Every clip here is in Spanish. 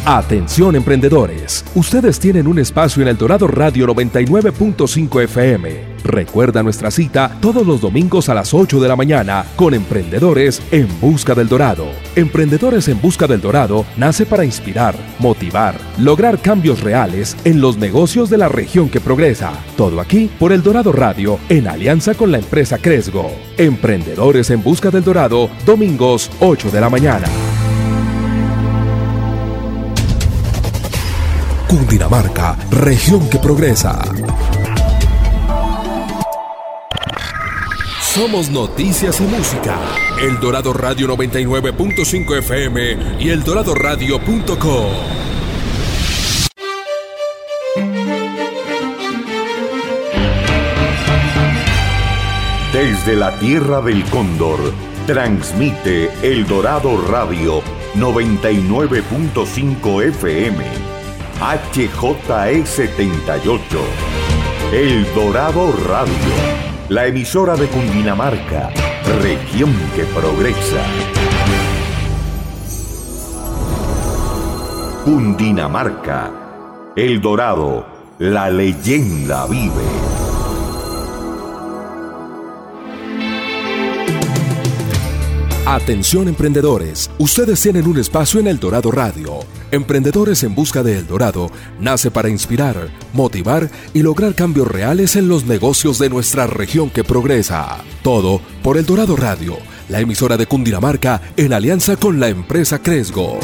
Atención emprendedores, ustedes tienen un espacio en El Dorado Radio 99.5 FM. Recuerda nuestra cita todos los domingos a las 8 de la mañana con Emprendedores en Busca del Dorado. Emprendedores en Busca del Dorado nace para inspirar, motivar, lograr cambios reales en los negocios de la región que progresa. Todo aquí por El Dorado Radio en alianza con la empresa Cresgo. Emprendedores en Busca del Dorado, domingos 8 de la mañana. Cundinamarca, región que progresa. Somos noticias y música. El Dorado Radio 99.5 FM y eldoradoradio.co. Desde la Tierra del Cóndor, transmite El Dorado Radio 99.5 FM. HJE 78. El Dorado Radio. La emisora de Cundinamarca, región que progresa. Cundinamarca, El Dorado, la leyenda vive. Atención emprendedores, ustedes tienen un espacio en El Dorado Radio. Emprendedores en Busca de El Dorado nace para inspirar, motivar y lograr cambios reales en los negocios de nuestra región que progresa. Todo por El Dorado Radio, la emisora de Cundinamarca en alianza con la empresa Cresgo.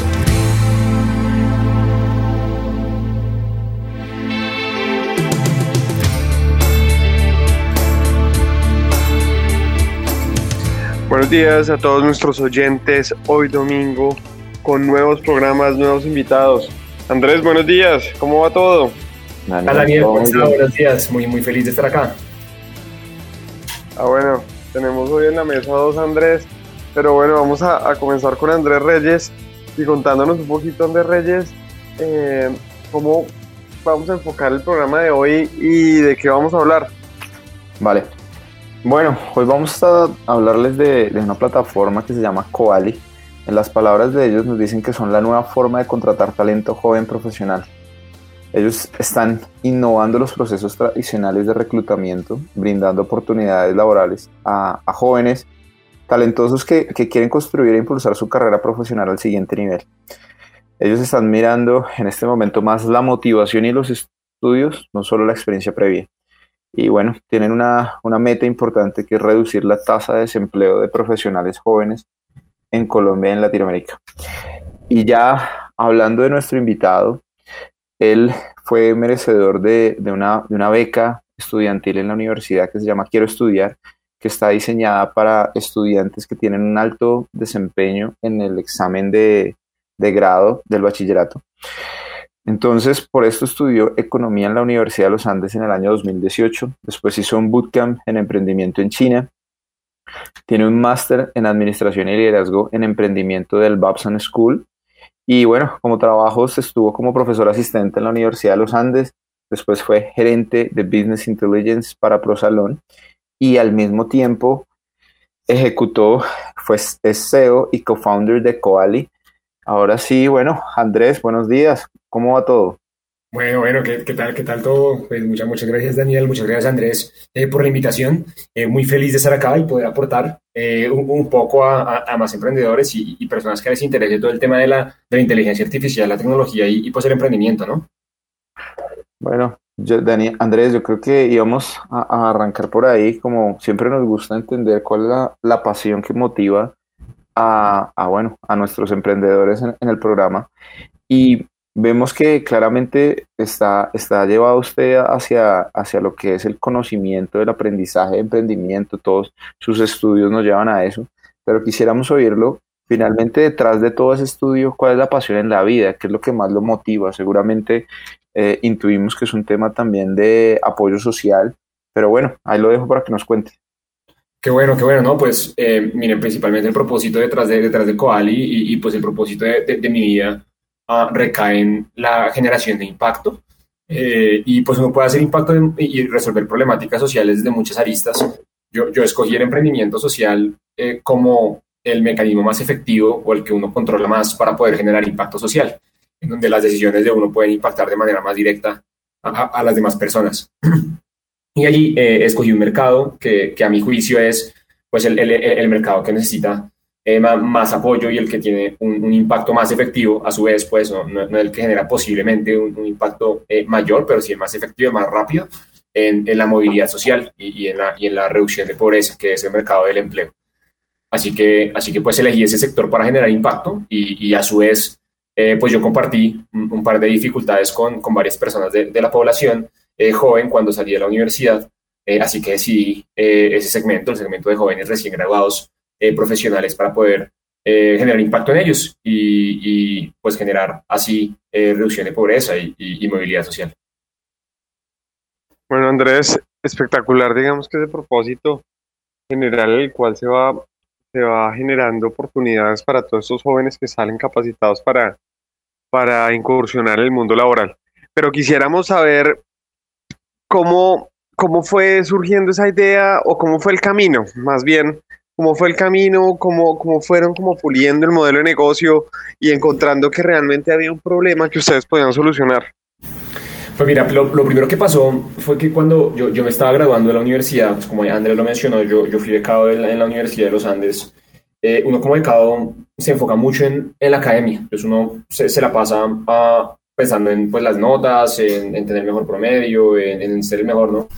Buenos días a todos nuestros oyentes, hoy domingo, con nuevos programas, nuevos invitados. Andrés, buenos días, ¿cómo va todo? Hola Daniel, buenos días, muy feliz de estar acá. Bueno, tenemos hoy en la mesa a dos Andrés, pero bueno, vamos a comenzar con Andrés Reyes y contándonos un poquito, Andrés Reyes, cómo vamos a enfocar el programa de hoy y de qué vamos a hablar. Vale. Bueno, hoy vamos a hablarles de una plataforma que se llama Coali. En las palabras de ellos nos dicen que son la nueva forma de contratar talento joven profesional. Ellos están innovando los procesos tradicionales de reclutamiento, brindando oportunidades laborales a jóvenes talentosos que quieren construir e impulsar su carrera profesional al siguiente nivel. Ellos están mirando en este momento más la motivación y los estudios, no solo la experiencia previa. Y bueno, tienen una meta importante que es reducir la tasa de desempleo de profesionales jóvenes en Colombia y en Latinoamérica. Y ya hablando de nuestro invitado, él fue merecedor de una beca estudiantil en la universidad que se llama Quiero Estudiar, que está diseñada para estudiantes que tienen un alto desempeño en el examen de grado del bachillerato. Entonces, por esto estudió Economía en la Universidad de los Andes en el año 2018. Después hizo un bootcamp en emprendimiento en China. Tiene un máster en Administración y Liderazgo en Emprendimiento del Babson School. Y bueno, como trabajos estuvo como profesor asistente en la Universidad de los Andes. Después fue gerente de Business Intelligence para ProSalón. Y al mismo tiempo es CEO y co-founder de Coali. Ahora sí, bueno, Andrés, buenos días. ¿Cómo va todo? Bueno, ¿qué tal todo? Pues muchas gracias, Daniel, muchas gracias, Andrés, por la invitación. Muy feliz de estar acá y poder aportar un poco a más emprendedores y personas que les interese todo el tema de la inteligencia artificial, la tecnología y pues el emprendimiento, ¿no? Bueno, Andrés, yo creo que íbamos a arrancar por ahí. Como siempre nos gusta entender cuál es la pasión que motiva a nuestros emprendedores en el programa, y vemos que claramente está llevado usted hacia lo que es el conocimiento del aprendizaje de emprendimiento. Todos sus estudios nos llevan a eso, pero quisiéramos oírlo. Finalmente, detrás de todo ese estudio, ¿cuál es la pasión en la vida? ¿Qué es lo que más lo motiva? Seguramente intuimos que es un tema también de apoyo social, pero bueno, ahí lo dejo para que nos cuente. Qué bueno, ¿no? Pues miren, principalmente el propósito detrás de Coali y pues el propósito de mi vida recae en la generación de impacto. Y pues uno puede hacer impacto y resolver problemáticas sociales desde muchas aristas. Yo escogí el emprendimiento social como el mecanismo más efectivo o el que uno controla más para poder generar impacto social. en donde las decisiones de uno pueden impactar de manera más directa a las demás personas. Y allí escogí un mercado que a mi juicio es pues el mercado que necesita más apoyo y el que tiene un impacto más efectivo, a su vez, pues no el que genera posiblemente un impacto mayor, pero sí el más efectivo y más rápido en la movilidad social y en la reducción de pobreza, que es el mercado del empleo. Así que pues elegí ese sector para generar impacto y a su vez pues yo compartí un par de dificultades con varias personas de la población joven cuando salí de la universidad, así que decidí ese segmento, el segmento de jóvenes recién graduados profesionales, para poder generar impacto en ellos y pues generar así reducción de pobreza y movilidad social. Bueno, Andrés, espectacular, digamos que ese propósito general, el cual se va generando oportunidades para todos estos jóvenes que salen capacitados para incursionar en el mundo laboral. Pero quisiéramos saber cómo fue surgiendo esa idea, o cómo fue el camino, más bien, cómo fue el camino, cómo fueron como puliendo el modelo de negocio y encontrando que realmente había un problema que ustedes podían solucionar. Pues mira, lo primero que pasó fue que cuando yo me estaba graduando de la universidad, pues como Andrés lo mencionó, yo fui becado en la Universidad de los Andes. Uno como becado se enfoca mucho en la academia, pues uno se la pasa pensando en pues, las notas, en tener mejor promedio, en ser el mejor, ¿no?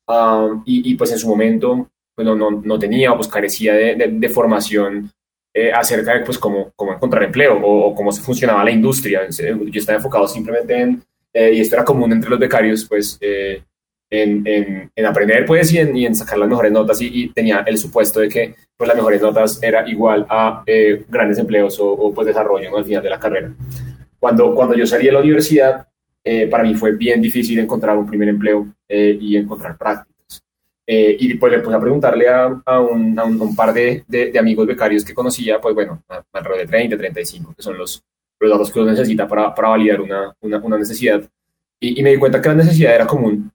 Y pues en su momento pues no tenía, pues carecía de formación acerca de pues cómo encontrar empleo o cómo se funcionaba la industria. Yo estaba enfocado simplemente y esto era común entre los becarios, pues en aprender pues y en sacar las mejores notas y tenía el supuesto de que pues las mejores notas era igual a grandes empleos o pues desarrollo, ¿no? Al final de la carrera. Cuando yo salí de la universidad, para mí fue bien difícil encontrar un primer empleo y encontrar prácticas. Y pues le puse a preguntarle a un par de amigos becarios que conocía, pues bueno, alrededor de 30, 35, que son los datos que uno necesita para validar una necesidad. Y me di cuenta que la necesidad era común.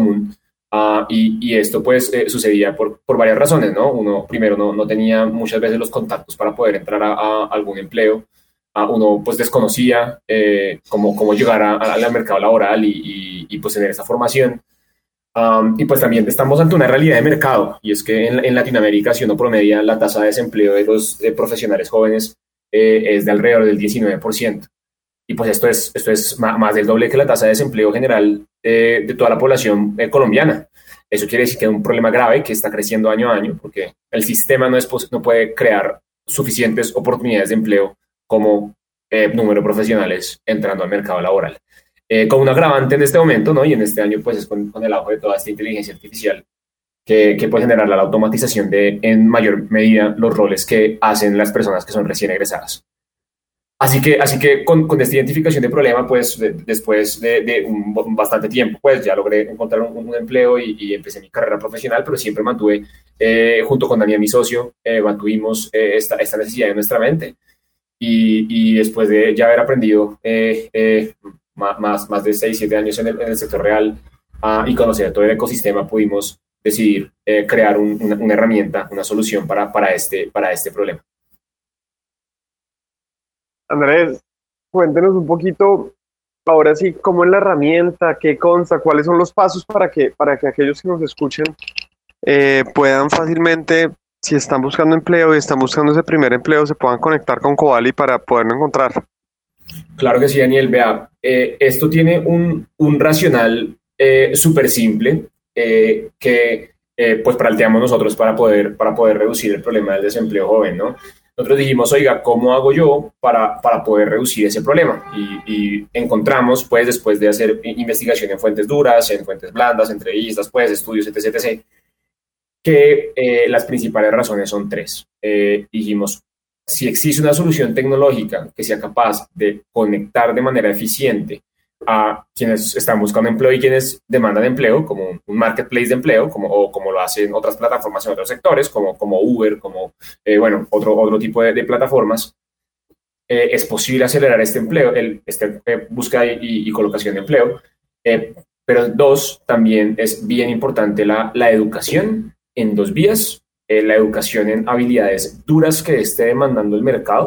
Y esto pues sucedía por varias razones, ¿no? Uno, primero, no tenía muchas veces los contactos para poder entrar a algún empleo. Uno pues desconocía cómo llegar al mercado laboral y pues tener esa formación. Y pues también estamos ante una realidad de mercado, y es que en Latinoamérica, si uno promedia, la tasa de desempleo de los profesionales jóvenes es de alrededor del 19%. Y pues esto es más del doble que la tasa de desempleo general de toda la población colombiana. Eso quiere decir que es un problema grave que está creciendo año a año, porque el sistema no puede crear suficientes oportunidades de empleo como número de profesionales entrando al mercado laboral. Con un agravante en este momento, ¿no? Y en este año pues es con el auge de toda esta inteligencia artificial que puede generar la automatización de en mayor medida los roles que hacen las personas que son recién egresadas. Así que con esta identificación de problema, pues después de un bastante tiempo, pues ya logré encontrar un empleo y empecé mi carrera profesional, pero siempre mantuve, junto con Daniel, mi socio, mantuvimos esta necesidad en nuestra mente. Y después de ya haber aprendido más de 6-7 años en el sector real y conocer todo el ecosistema, pudimos decidir crear una herramienta, una solución para este problema. Andrés, cuéntenos un poquito, ahora sí, cómo es la herramienta, qué consta, cuáles son los pasos para que aquellos que nos escuchen puedan fácilmente, si están buscando empleo y están buscando ese primer empleo, se puedan conectar con Coali para poderlo encontrar. Claro que sí, Daniel. Vea, esto tiene un racional súper simple que pues planteamos nosotros para poder reducir el problema del desempleo joven, ¿no? Nosotros dijimos, oiga, ¿cómo hago yo para poder reducir ese problema? Y encontramos, pues, después de hacer investigación en fuentes duras, en fuentes blandas, entrevistas, pues, estudios, etc., que las principales razones son 3. Dijimos, si existe una solución tecnológica que sea capaz de conectar de manera eficiente a quienes están buscando empleo y quienes demandan empleo, como un marketplace de empleo, como lo hacen otras plataformas en otros sectores, como Uber, como otro tipo de plataformas, es posible acelerar este empleo, búsqueda y colocación de empleo. Pero 2, también es bien importante la educación en 2 vías. La educación en habilidades duras que esté demandando el mercado,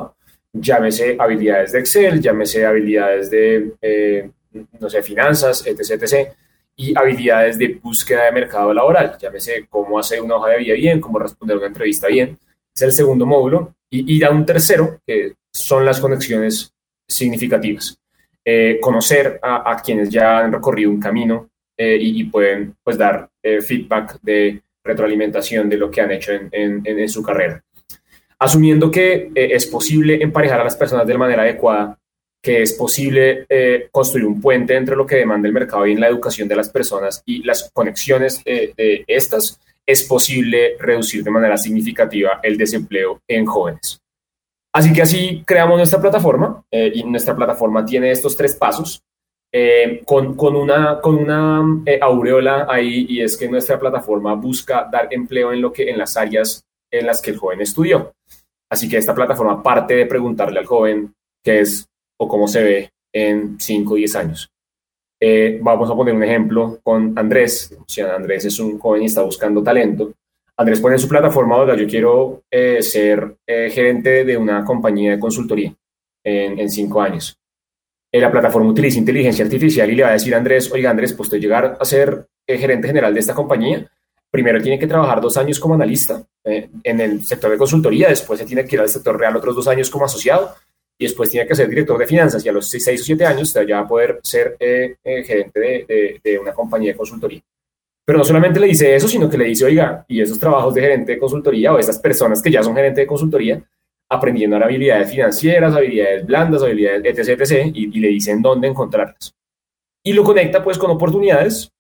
llámese habilidades de Excel, llámese habilidades de, no sé, finanzas, etc., etc., y habilidades de búsqueda de mercado laboral, llámese cómo hacer una hoja de vida bien, cómo responder una entrevista bien. Es el segundo módulo. Y da un tercero, que son las conexiones significativas. Conocer a quienes ya han recorrido un camino y pueden pues, dar feedback de retroalimentación de lo que han hecho en su carrera. Asumiendo que es posible emparejar a las personas de manera adecuada, que es posible construir un puente entre lo que demanda el mercado y en la educación de las personas y las conexiones de estas, es posible reducir de manera significativa el desempleo en jóvenes. Así creamos nuestra plataforma y nuestra plataforma tiene estos 3 pasos con una aureola ahí, y es que nuestra plataforma busca dar empleo en las áreas en las que el joven estudió. Así que esta plataforma parte de preguntarle al joven qué es o cómo se ve en 5 o 10 años. Vamos a poner un ejemplo con Andrés. O sea, Andrés es un joven y está buscando talento. Andrés pone en su plataforma, oiga, yo quiero ser gerente de una compañía de consultoría en 5 años. La plataforma utiliza inteligencia artificial y le va a decir a Andrés, oiga, Andrés, pues usted llegar a ser gerente general de esta compañía, primero tiene que trabajar 2 años como analista en el sector de consultoría, después se tiene que ir al sector real otros 2 años como asociado, y después tiene que ser director de finanzas, y a los 6 o 7 años usted ya va a poder ser gerente de una compañía de consultoría. Pero no solamente le dice eso, sino que le dice, oiga, y esos trabajos de gerente de consultoría o esas personas que ya son gerente de consultoría, aprendiendo habilidades financieras, habilidades blandas, habilidades etc., etc., y le dicen dónde encontrarlas. Y lo conecta pues con oportunidades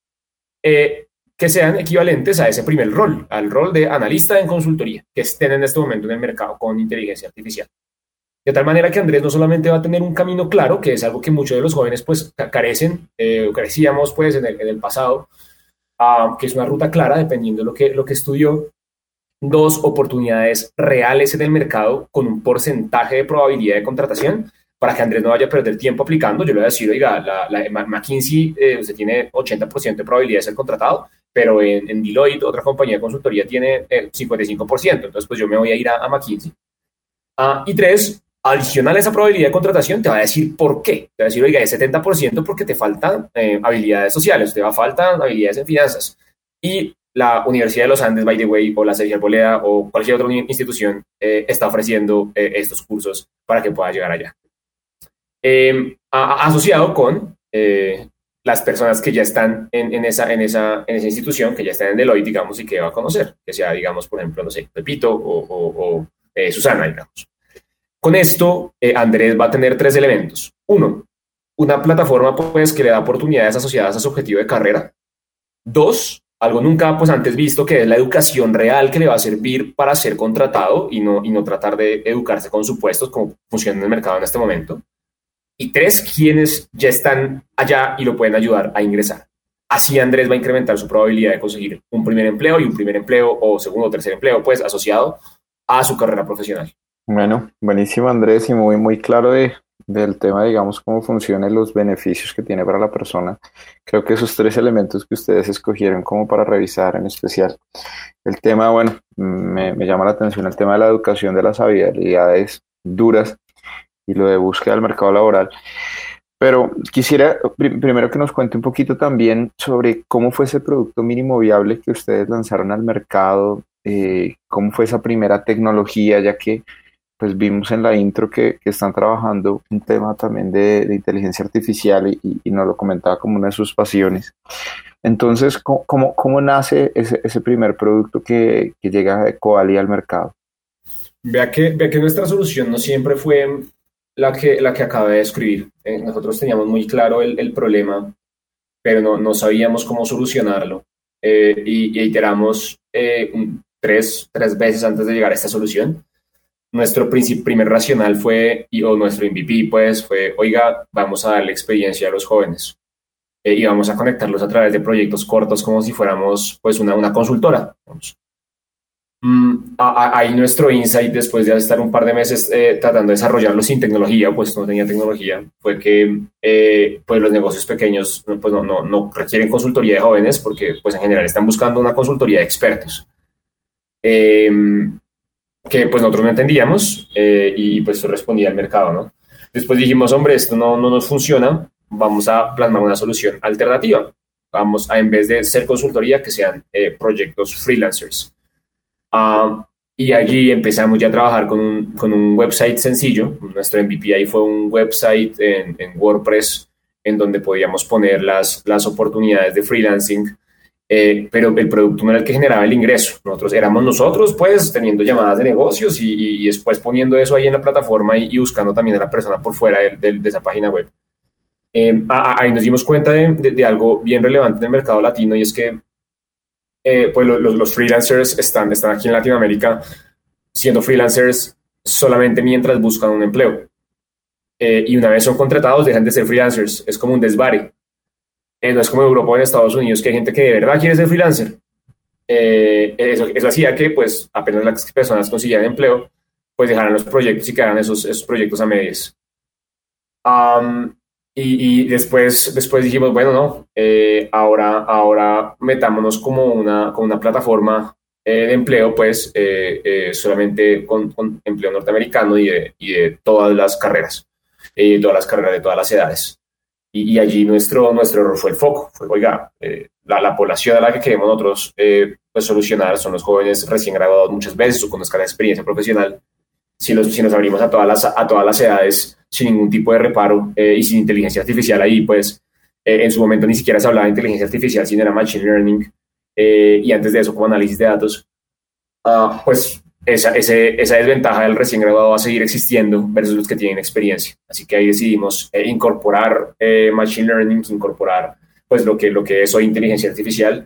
que sean equivalentes a ese primer rol, al rol de analista en consultoría, que estén en este momento en el mercado con inteligencia artificial. De tal manera que Andrés no solamente va a tener un camino claro, que es algo que muchos de los jóvenes pues carecen, o carecíamos pues en el pasado, que es una ruta clara dependiendo de lo que estudió. 2, oportunidades reales en el mercado con un porcentaje de probabilidad de contratación para que Andrés no vaya a perder tiempo aplicando. Yo le voy a decir, oiga, la McKinsey, usted tiene 80% de probabilidad de ser contratado, pero en Deloitte, otra compañía de consultoría, tiene 55%. Entonces, pues yo me voy a ir a McKinsey. Y 3, adicional a esa probabilidad de contratación, te va a decir por qué. Te va a decir, oiga, es 70% porque te faltan habilidades sociales, te faltan habilidades en finanzas. Y la Universidad de los Andes, by the way, o la Sergio Arboleda o cualquier otra institución está ofreciendo estos cursos para que pueda llegar allá. Asociado con las personas que ya están en esa institución, que ya están en Deloitte, digamos, y que va a conocer, que sea, digamos, por ejemplo, no sé, Pepito o Susana, digamos. Con esto, Andrés va a tener 3 elementos. 1, una plataforma pues, que le da oportunidades asociadas a su objetivo de carrera. 2, algo nunca pues, antes visto, que es la educación real que le va a servir para ser contratado y no tratar de educarse con supuestos como funciona en el mercado en este momento. Y 3, quienes ya están allá y lo pueden ayudar a ingresar. Así Andrés va a incrementar su probabilidad de conseguir un primer empleo y un primer empleo o segundo o tercer empleo pues asociado a su carrera profesional. Bueno, buenísimo Andrés, y muy, muy claro del tema, digamos, cómo funcionan los beneficios que tiene para la persona. Creo que esos 3 elementos que ustedes escogieron como para revisar en especial. El tema, bueno, me llama la atención el tema de la educación de las habilidades duras y lo de búsqueda del mercado laboral. Pero quisiera primero que nos cuente un poquito también sobre cómo fue ese producto mínimo viable que ustedes lanzaron al mercado, cómo fue esa primera tecnología, ya que pues vimos en la intro que están trabajando un tema también de inteligencia artificial y nos lo comentaba como una de sus pasiones. Entonces, ¿cómo nace ese primer producto que llega de Coali al mercado? Vea que nuestra solución no siempre fue la que acabé de describir. Nosotros teníamos muy claro el problema, pero no sabíamos cómo solucionarlo. Y iteramos 3 veces antes de llegar a esta solución. Nuestro primer racional fue, o nuestro MVP pues fue, oiga, vamos a darle experiencia a los jóvenes y vamos a conectarlos a través de proyectos cortos como si fuéramos pues una consultora. Ahí nuestro insight, después de estar un par de meses tratando de desarrollarlo sin tecnología, pues no tenía tecnología, fue que pues los negocios pequeños pues no requieren consultoría de jóvenes porque pues en general están buscando una consultoría de expertos. que pues nosotros no entendíamos y pues eso respondía al mercado, ¿no? Después dijimos, hombre, esto no nos funciona, vamos a plasmar una solución alternativa. Vamos a, en vez de ser consultoría, que sean proyectos freelancers. Y allí empezamos ya a trabajar con un website sencillo. Nuestro MVP ahí fue un website en WordPress en donde podíamos poner las oportunidades de freelancing, pero el producto no era el que generaba el ingreso. Nosotros, pues, teniendo llamadas de negocios y después poniendo eso ahí en la plataforma y buscando también a la persona por fuera de esa página web. Ahí nos dimos cuenta de algo bien relevante en el mercado latino, y es que pues los freelancers están aquí en Latinoamérica siendo freelancers solamente mientras buscan un empleo. Y una vez son contratados, dejan de ser freelancers. Es como un desvare. No es como en Europa o en Estados Unidos, que hay gente que de verdad quiere ser freelancer. Eso hacía que, pues, apenas las personas consiguieran empleo, pues dejaran los proyectos y quedaran esos proyectos a medias. Y después dijimos, bueno, no, ahora metámonos como una plataforma de empleo, pues, solamente con empleo norteamericano y de todas las carreras, de todas las edades. Y allí nuestro error fue el foco. Oiga, la población a la que queremos nosotros pues solucionar son los jóvenes recién graduados muchas veces o con escasa experiencia profesional. Si nos abrimos a todas las edades sin ningún tipo de reparo y sin inteligencia artificial ahí, pues en su momento ni siquiera se hablaba de inteligencia artificial, sino era machine learning, y antes de eso como análisis de datos, pues esa desventaja del recién graduado va a seguir existiendo versus los que tienen experiencia. Así que ahí decidimos incorporar machine learning, incorporar pues lo que es hoy inteligencia artificial,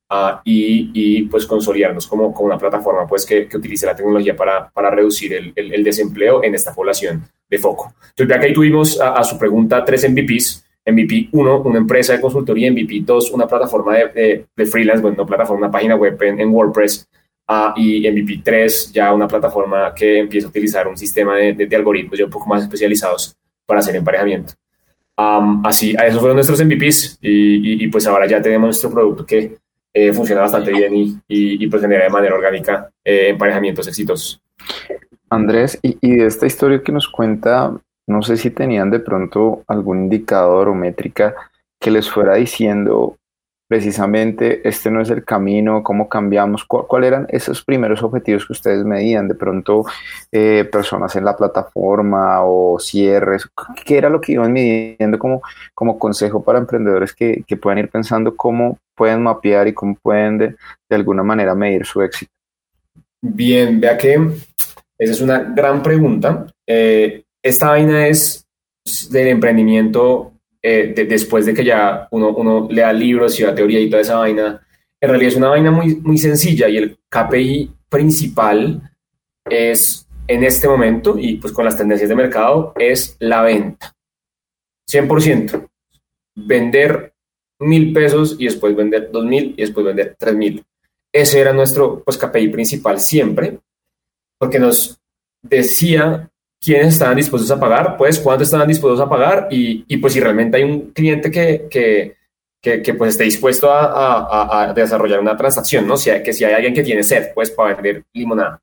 y pues consolidarnos como una plataforma pues que utilice la tecnología para reducir el desempleo en esta población de foco. Entonces, ya que ahí tuvimos a su pregunta 3 MVPs. MVP 1, una empresa de consultoría. MVP 2, una plataforma de freelance, bueno, no plataforma, una página web en WordPress. Y MVP 3, ya una plataforma que empieza a utilizar un sistema de algoritmos ya un poco más especializados para hacer emparejamiento. Así, esos fueron nuestros MVPs y pues ahora ya tenemos nuestro producto que funciona bastante bien y pues genera de manera orgánica emparejamientos exitosos. Andrés, y de esta historia que nos cuenta, no sé si tenían de pronto algún indicador o métrica que les fuera diciendo precisamente este no es el camino, cómo cambiamos, cuáles eran esos primeros objetivos que ustedes medían, de pronto personas en la plataforma o cierres, qué era lo que iban midiendo como consejo para emprendedores que puedan ir pensando cómo pueden mapear y cómo pueden de alguna manera medir su éxito? Bien, vea que esa es una gran pregunta. Esta vaina es del emprendimiento. Después de que ya uno lea libros y la teoría y toda esa vaina, en realidad es una vaina muy, muy sencilla, y el KPI principal es, en este momento, y pues con las tendencias de mercado, es la venta. 100%. Vender 1,000 pesos y después vender 2,000 y después vender 3,000. Ese era nuestro pues, KPI principal siempre, porque nos decía quiénes estaban dispuestos a pagar, pues cuánto estaban dispuestos a pagar, y pues si realmente hay un cliente que pues esté dispuesto a desarrollar una transacción, ¿no? Si hay alguien que tiene sed, pues para vender limonada.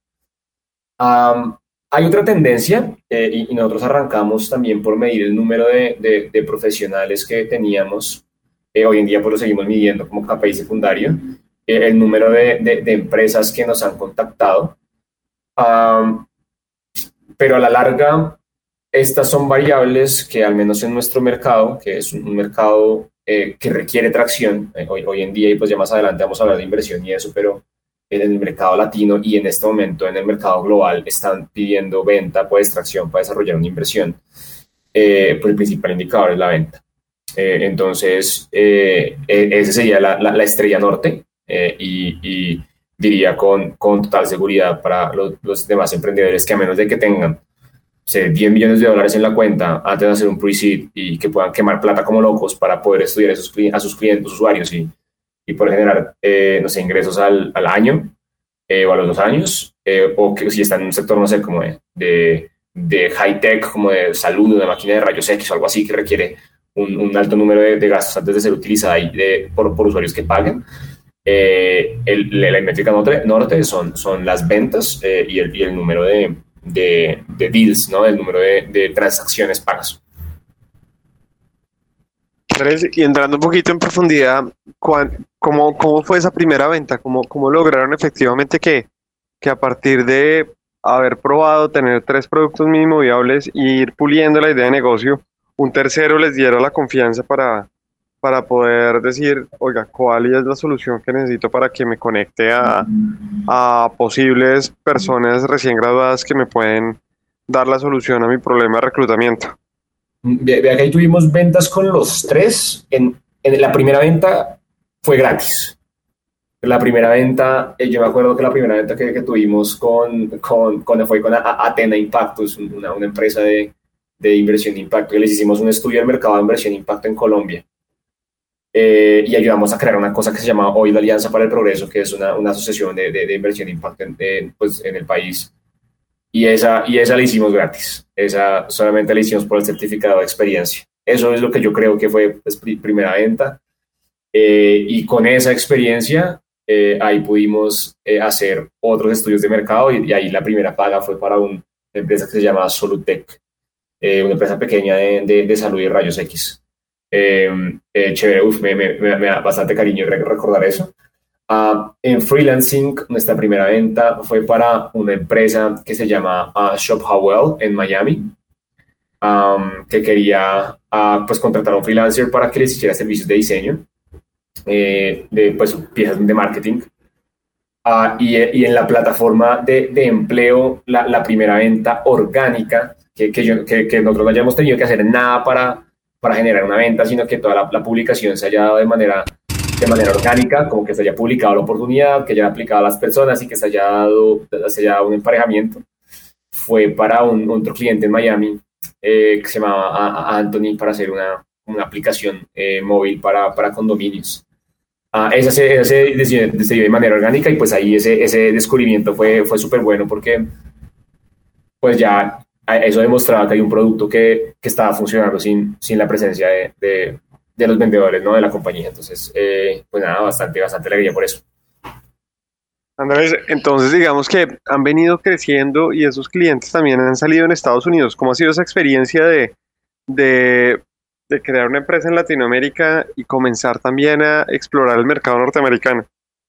Hay otra tendencia, y nosotros arrancamos también por medir el número de profesionales que teníamos. Hoy en día pues lo seguimos midiendo como KPI secundario, el número de empresas que nos han contactado. Pero a la larga, estas son variables que al menos en nuestro mercado, que es un mercado que requiere tracción, hoy en día, y pues ya más adelante vamos a hablar de inversión y eso, pero en el mercado latino y en este momento en el mercado global están pidiendo venta, pues tracción para desarrollar una inversión. Pues el principal indicador es la venta. Entonces, esa sería la estrella norte, y diría con total seguridad para los demás emprendedores que, a menos de que tengan 10 millones de dólares en la cuenta antes de hacer un pre-seed y que puedan quemar plata como locos para poder estudiar a sus clientes, usuarios, y poder generar no sé, ingresos al año o a los 2 años, o que si están en un sector, no sé, como de high-tech, como de salud, una máquina de rayos X o algo así que requiere un alto número de gastos antes de ser utilizada por usuarios que paguen. La métrica norte son las ventas y el número de deals, ¿no? El número de transacciones pagas. Andrés, y entrando un poquito en profundidad, ¿cómo fue esa primera venta? ¿Cómo lograron efectivamente que a partir de haber probado tener 3 productos mínimo viables y ir puliendo la idea de negocio, un tercero les diera la confianza para poder decir, oiga, Coali es la solución que necesito para que me conecte a posibles personas recién graduadas que me pueden dar la solución a mi problema de reclutamiento? Vea que ahí tuvimos ventas con los 3. En la primera venta fue gratis. La primera venta, yo me acuerdo que la primera venta que tuvimos fue con Athena Impactus, una empresa de inversión de impacto, y les hicimos un estudio del mercado de inversión de impacto en Colombia. Y ayudamos a crear una cosa que se llama hoy la Alianza para el Progreso, que es una asociación de inversión de impacto en el país. Y esa la hicimos gratis. Esa solamente la hicimos por el certificado de experiencia. Eso es lo que yo creo que fue primera venta. Y con esa experiencia, ahí pudimos hacer otros estudios de mercado y ahí la primera paga fue para una empresa que se llama Solutec, una empresa pequeña de salud y rayos X. Chévere, me da bastante cariño recordar eso. En freelancing, nuestra primera venta fue para una empresa que se llama Shop Howell en Miami, que quería pues contratar a un freelancer para que les hiciera servicios de diseño, de pues, piezas de marketing. Y en la plataforma de empleo, la primera venta orgánica, que nosotros no hayamos tenido que hacer nada para generar una venta, sino que toda la publicación se haya dado de manera orgánica, como que se haya publicado la oportunidad, que haya aplicado a las personas y que se haya dado un emparejamiento. Fue para otro cliente en Miami que se llamaba Anthony, para hacer una aplicación móvil para condominios. Esa se decidió de manera orgánica y pues ahí ese descubrimiento fue súper bueno porque pues ya eso demostraba que hay un producto que estaba funcionando sin la presencia de los vendedores, ¿no? De la compañía. Entonces, pues nada, bastante alegría por eso. Andrés, entonces digamos que han venido creciendo y esos clientes también han salido en Estados Unidos. ¿Cómo ha sido esa experiencia de crear una empresa en Latinoamérica y comenzar también a explorar el mercado norteamericano?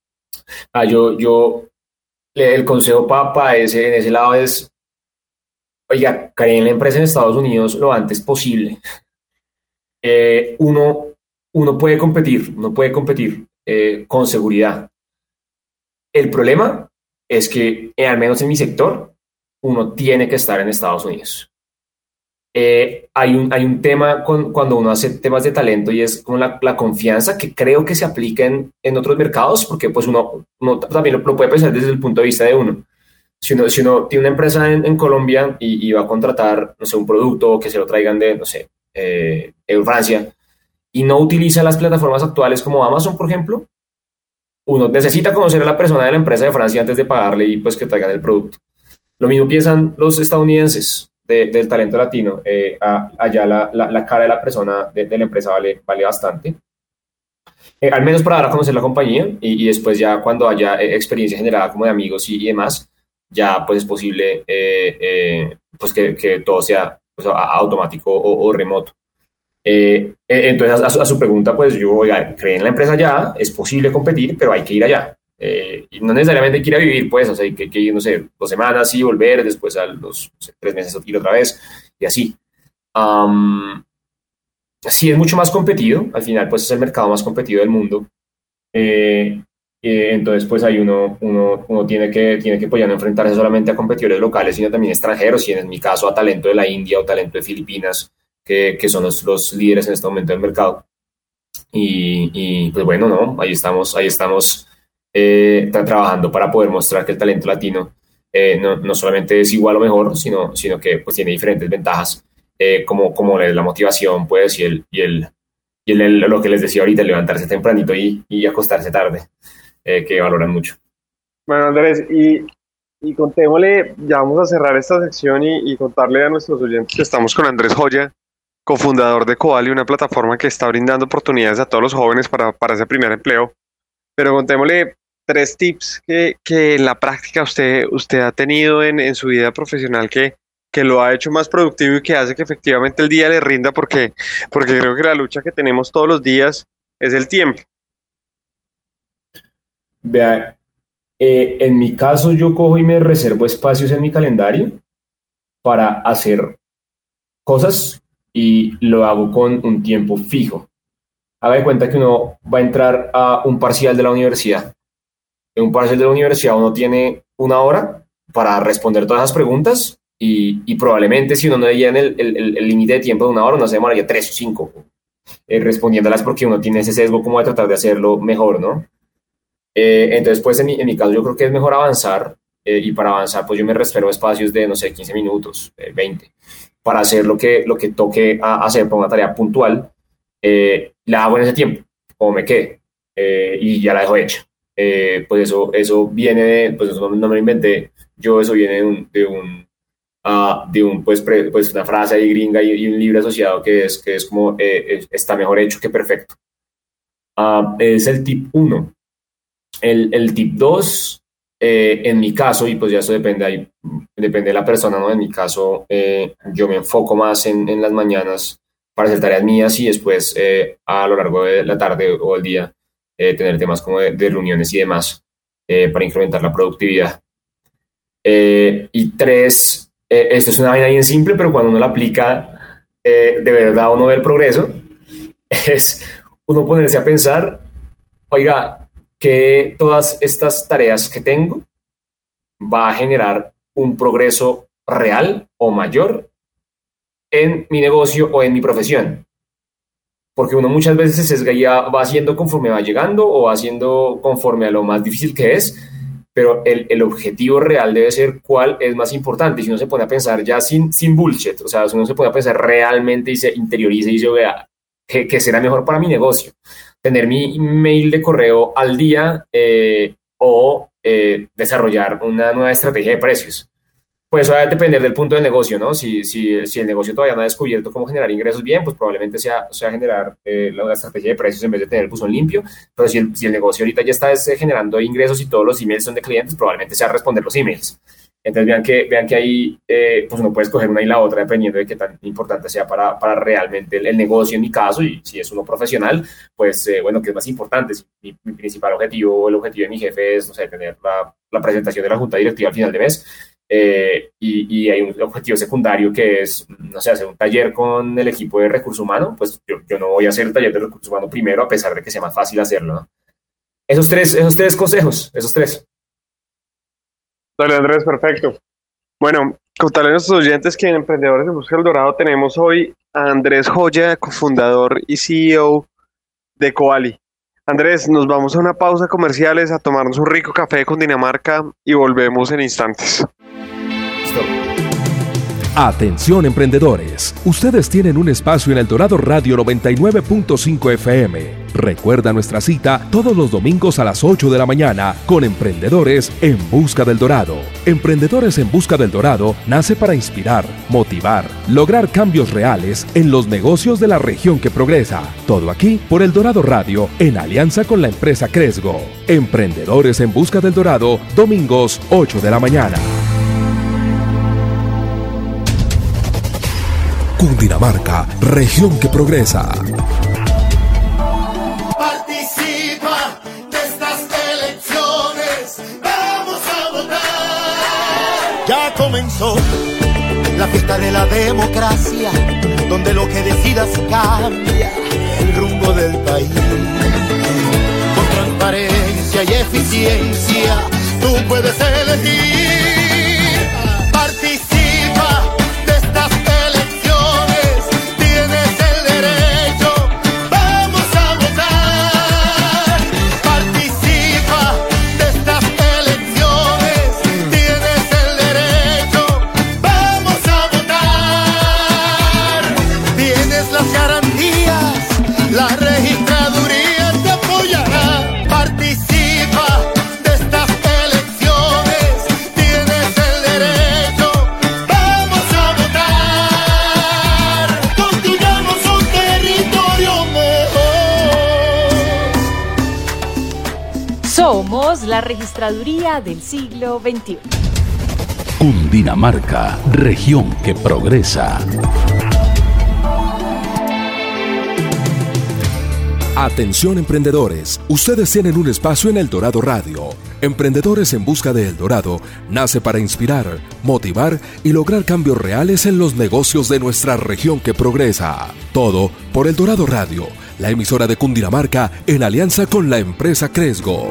El consejo para en ese lado es, oiga, creen la empresa en Estados Unidos lo antes posible. Uno puede competir con seguridad. El problema es que, al menos en mi sector, uno tiene que estar en Estados Unidos. Hay un tema cuando uno hace temas de talento y es con la confianza que creo que se aplica en otros mercados, porque pues uno también lo puede pensar desde el punto de vista de uno. Si uno tiene una empresa en Colombia y va a contratar, no sé, un producto que se lo traigan de, no sé, Francia, y no utiliza las plataformas actuales como Amazon, por ejemplo, uno necesita conocer a la persona de la empresa de Francia antes de pagarle y pues que traigan el producto. Lo mismo piensan los estadounidenses del talento latino. Allá la cara de la persona de la empresa vale bastante. Al menos para dar a conocer la compañía y después ya cuando haya experiencia generada como de amigos y demás, ya pues es posible pues que todo sea pues, automático o remoto. Entonces a su pregunta, pues yo creé en la empresa ya, es posible competir, pero hay que ir allá. Y no necesariamente hay que ir a vivir, pues, o sea, hay que ir, no sé, 2 semanas y volver, después a los 3 meses ir otra vez, y así. Sí, es mucho más competido, al final, pues es el mercado más competido del mundo. Entonces, pues ahí uno tiene que pues, ya no enfrentarse solamente a competidores locales, sino también extranjeros, y en mi caso a talento de la India o talento de Filipinas, que son los líderes en este momento del mercado. Y pues bueno, ¿no? Ahí estamos trabajando para poder mostrar que el talento latino no solamente es igual o mejor, sino que pues tiene diferentes ventajas, como la motivación, pues, lo que les decía ahorita, levantarse tempranito y acostarse tarde, que valoran mucho. Bueno, Andrés, y contémosle, ya vamos a cerrar esta sección y contarle a nuestros oyentes que estamos con Andrés Joya, cofundador de Coali, una plataforma que está brindando oportunidades a todos los jóvenes para ese primer empleo. pero contémosle 3 tips que en la práctica usted ha tenido en su vida profesional que lo ha hecho más productivo y que hace que efectivamente el día le rinda, porque creo que la lucha que tenemos todos los días es el tiempo. Vea, en mi caso yo cojo y me reservo espacios en mi calendario para hacer cosas y lo hago con un tiempo fijo. Haga de cuenta que uno va a entrar a un parcial de la universidad. En un parcial de la universidad uno tiene 1 hora para responder todas esas preguntas y probablemente si uno no llega en el límite de tiempo de 1 hora, uno se demoraría 3 o 5 respondiéndolas porque uno tiene ese sesgo como de tratar de hacerlo mejor, ¿no? Entonces, pues en mi caso yo creo que es mejor avanzar y para avanzar pues yo me reservo espacios de, no sé, 15 minutos, 20, para hacer lo que toque hacer para una tarea puntual. La hago en ese tiempo, como me quede, y ya la dejo hecha. Pues eso viene de, pues eso no me lo inventé yo, eso viene de un pues una frase ahí gringa y un libro asociado que es como está mejor hecho que perfecto. Es el tip 1. El tip 2, en mi caso, y pues ya eso depende de la persona, ¿no? En mi caso, yo me enfoco más en las mañanas para hacer tareas mías y después a lo largo de la tarde o el día tener temas como de reuniones y demás para incrementar la productividad. Y 3, esto es una vaina bien simple, pero cuando uno la aplica, de verdad uno ve el progreso, es uno ponerse a pensar, oiga, que todas estas tareas que tengo va a generar un progreso real o mayor en mi negocio o en mi profesión. Porque uno muchas veces se sesga y ya va haciendo conforme va llegando o va haciendo conforme a lo más difícil que es, pero el objetivo real debe ser cuál es más importante. Y si uno se pone a pensar ya sin bullshit, o sea, si uno se pone a pensar realmente y se interioriza y dice, vea, ¿qué será mejor para mi negocio? Tener mi mail de correo al día o desarrollar una nueva estrategia de precios. Pues eso va a depender del punto del negocio, ¿no? Si el negocio todavía no ha descubierto cómo generar ingresos bien, pues probablemente sea generar la estrategia de precios en vez de tener el buzón limpio. Pero si el negocio ahorita ya está generando ingresos y todos los emails son de clientes, probablemente sea responder los emails. Entonces vean que ahí pues uno puede escoger una y la otra dependiendo de qué tan importante sea para realmente el negocio en mi caso, y si es uno profesional, pues bueno, ¿qué es más importante? Si mi principal objetivo o el objetivo de mi jefe es, no sé, tener la presentación de la junta directiva al final de mes, y hay un objetivo secundario que es, no sé, hacer un taller con el equipo de recursos humanos, pues yo no voy a hacer el taller de recursos humanos primero a pesar de que sea más fácil hacerlo, ¿no? Esos tres consejos, esos 3. Dale, Andrés, perfecto. Bueno, contarle a nuestros oyentes que en Emprendedores en Busca del Dorado tenemos hoy a Andrés Joya, cofundador y CEO de Coali. Andrés, nos vamos a una pausa comerciales a tomarnos un rico café con Dinamarca y volvemos en instantes. Listo. Atención emprendedores, ustedes tienen un espacio en El Dorado Radio 99.5 FM. Recuerda nuestra cita todos los domingos a las 8 de la mañana con Emprendedores en Busca del Dorado. Emprendedores en Busca del Dorado nace para inspirar, motivar, lograr cambios reales en los negocios de la región que progresa. Todo aquí por El Dorado Radio en alianza con la empresa Cresgo. Emprendedores en Busca del Dorado, domingos 8 de la mañana. Cundinamarca, región que progresa. Participa de estas elecciones, vamos a votar. Ya comenzó la fiesta de la democracia, donde lo que decidas cambia el rumbo del país. Con transparencia y eficiencia, tú puedes elegir. Participa de estas elecciones, tienes el derecho, vamos a votar. Participa de estas elecciones, tienes el derecho, vamos a votar. Tienes las garantías, la registraduría te apoyará. Participa de estas elecciones, tienes Somos la registraduría del siglo XXI. Cundinamarca, región que progresa. Atención emprendedores, ustedes tienen un espacio en El Dorado Radio. Emprendedores en Busca de El Dorado nace para inspirar, motivar y lograr cambios reales en los negocios de nuestra región que progresa. Todo por El Dorado Radio, la emisora de Cundinamarca en alianza con la empresa Cresgo.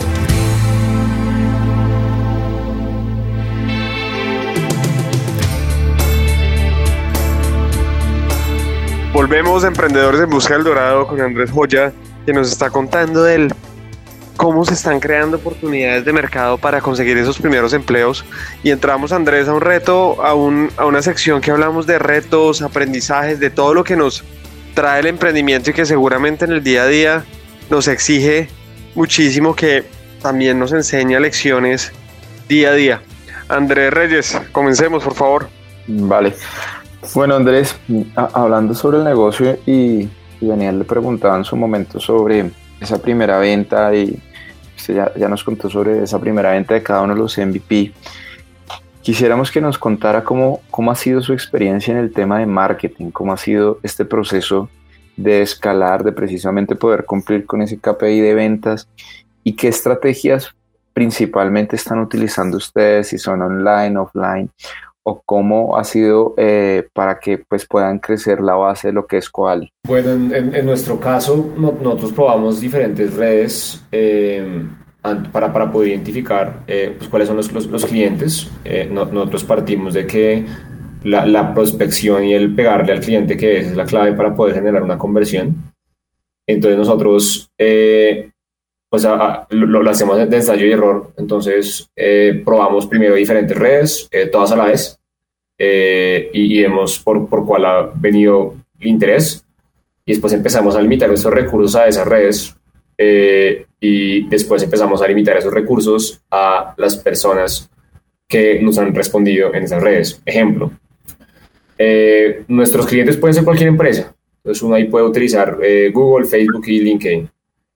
Volvemos a Emprendedores en Busca del Dorado con Andrés Joya, que nos está contando de cómo se están creando oportunidades de mercado para conseguir esos primeros empleos. Y entramos, Andrés, a un reto, a una sección que hablamos de retos, aprendizajes, de todo lo que nos trae el emprendimiento y que seguramente en el día a día nos exige muchísimo, que también nos enseña lecciones día a día. Andrés Reyes, comencemos, por favor. Vale. Bueno, Andrés, hablando sobre el negocio y Daniel le preguntaba en su momento sobre esa primera venta y usted ya nos contó sobre esa primera venta de cada uno de los MVP. Quisiéramos que nos contara cómo ha sido su experiencia en el tema de marketing, cómo ha sido este proceso de escalar, de precisamente poder cumplir con ese KPI de ventas y qué estrategias principalmente están utilizando ustedes, si son online, offline, o cómo ha sido para que pues, puedan crecer la base de lo que es Coali. Bueno, en nuestro caso, nosotros probamos diferentes redes para poder identificar pues, cuáles son los clientes. Nosotros partimos de que la prospección y el pegarle al cliente, que es la clave para poder generar una conversión. Entonces nosotros pues, lo hacemos de ensayo y error. Entonces probamos primero diferentes redes, todas a la vez, y vemos por cuál ha venido el interés, y después empezamos a limitar nuestros recursos a esas redes, y después empezamos a limitar esos recursos a las personas que nos han respondido en esas redes. Ejemplo, nuestros clientes pueden ser cualquier empresa, entonces uno ahí puede utilizar Google, Facebook y LinkedIn.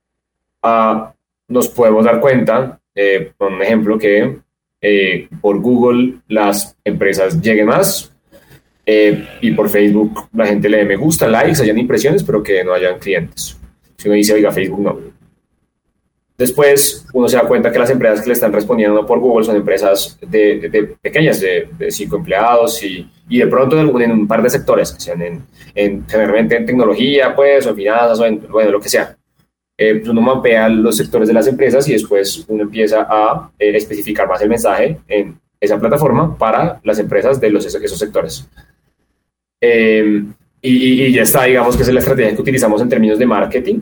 Nos podemos dar cuenta, por un ejemplo, que por Google las empresas lleguen más, y por Facebook la gente le dé me gusta, likes, hayan impresiones, pero que no hayan clientes. Si uno dice, oiga, Facebook no. Después uno se da cuenta que las empresas que le están respondiendo por Google son empresas de pequeñas, de 5 empleados y de pronto en un par de sectores, que sean generalmente en tecnología, pues, o en finanzas, o en, bueno, lo que sea. Pues uno mapea los sectores de las empresas y después uno empieza a especificar más el mensaje en esa plataforma para las empresas de esos sectores. Y ya está, digamos que esa es la estrategia que utilizamos en términos de marketing.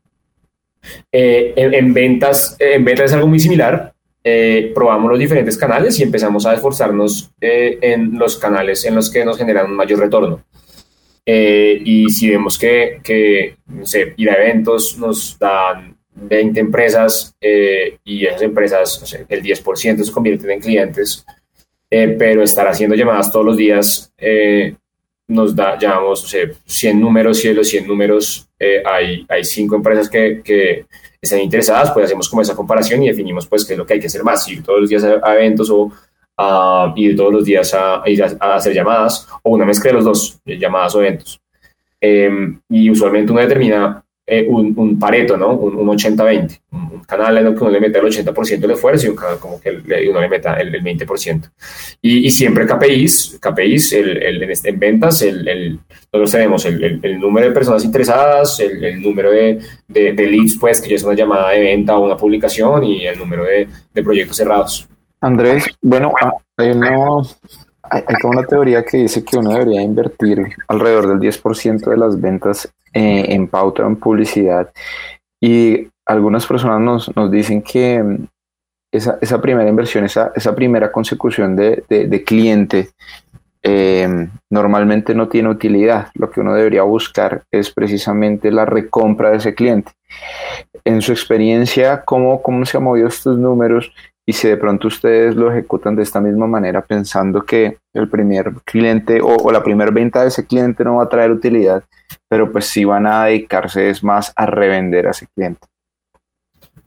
En ventas es algo muy similar. Probamos los diferentes canales y empezamos a esforzarnos en los canales en los que nos generan un mayor retorno. Y si vemos que no sé, ir a eventos nos dan 20 empresas, y esas empresas, no sé, el 10% se convierten en clientes, pero estar haciendo llamadas todos los días nos da, llamamos, no sé, 100 números, y de los 100 números hay 5 empresas que están interesadas, pues hacemos como esa comparación y definimos pues qué es lo que hay que hacer más, ir todos los días a eventos o ir todos los días a ir a hacer llamadas, o una mezcla de los dos, llamadas o eventos. Y usualmente uno determina un pareto, ¿no? Un 80-20, un canal en el que uno le mete el 80% del esfuerzo y un canal como que uno le meta el 20%. Y siempre KPIs en ventas, nosotros tenemos el número de personas interesadas, el número de leads, pues, que ya es una llamada de venta o una publicación, y el número de proyectos cerrados. Andrés, bueno, hay toda una teoría que dice que uno debería invertir alrededor del 10% de las ventas en pauta o en publicidad, y algunas personas nos dicen que esa primera inversión, esa primera consecución de cliente normalmente no tiene utilidad. Lo que uno debería buscar es precisamente la recompra de ese cliente. En su experiencia, ¿cómo se han movido estos números? Y si de pronto ustedes lo ejecutan de esta misma manera, pensando que el primer cliente o la primera venta de ese cliente no va a traer utilidad, pero pues sí van a dedicarse es más a revender a ese cliente.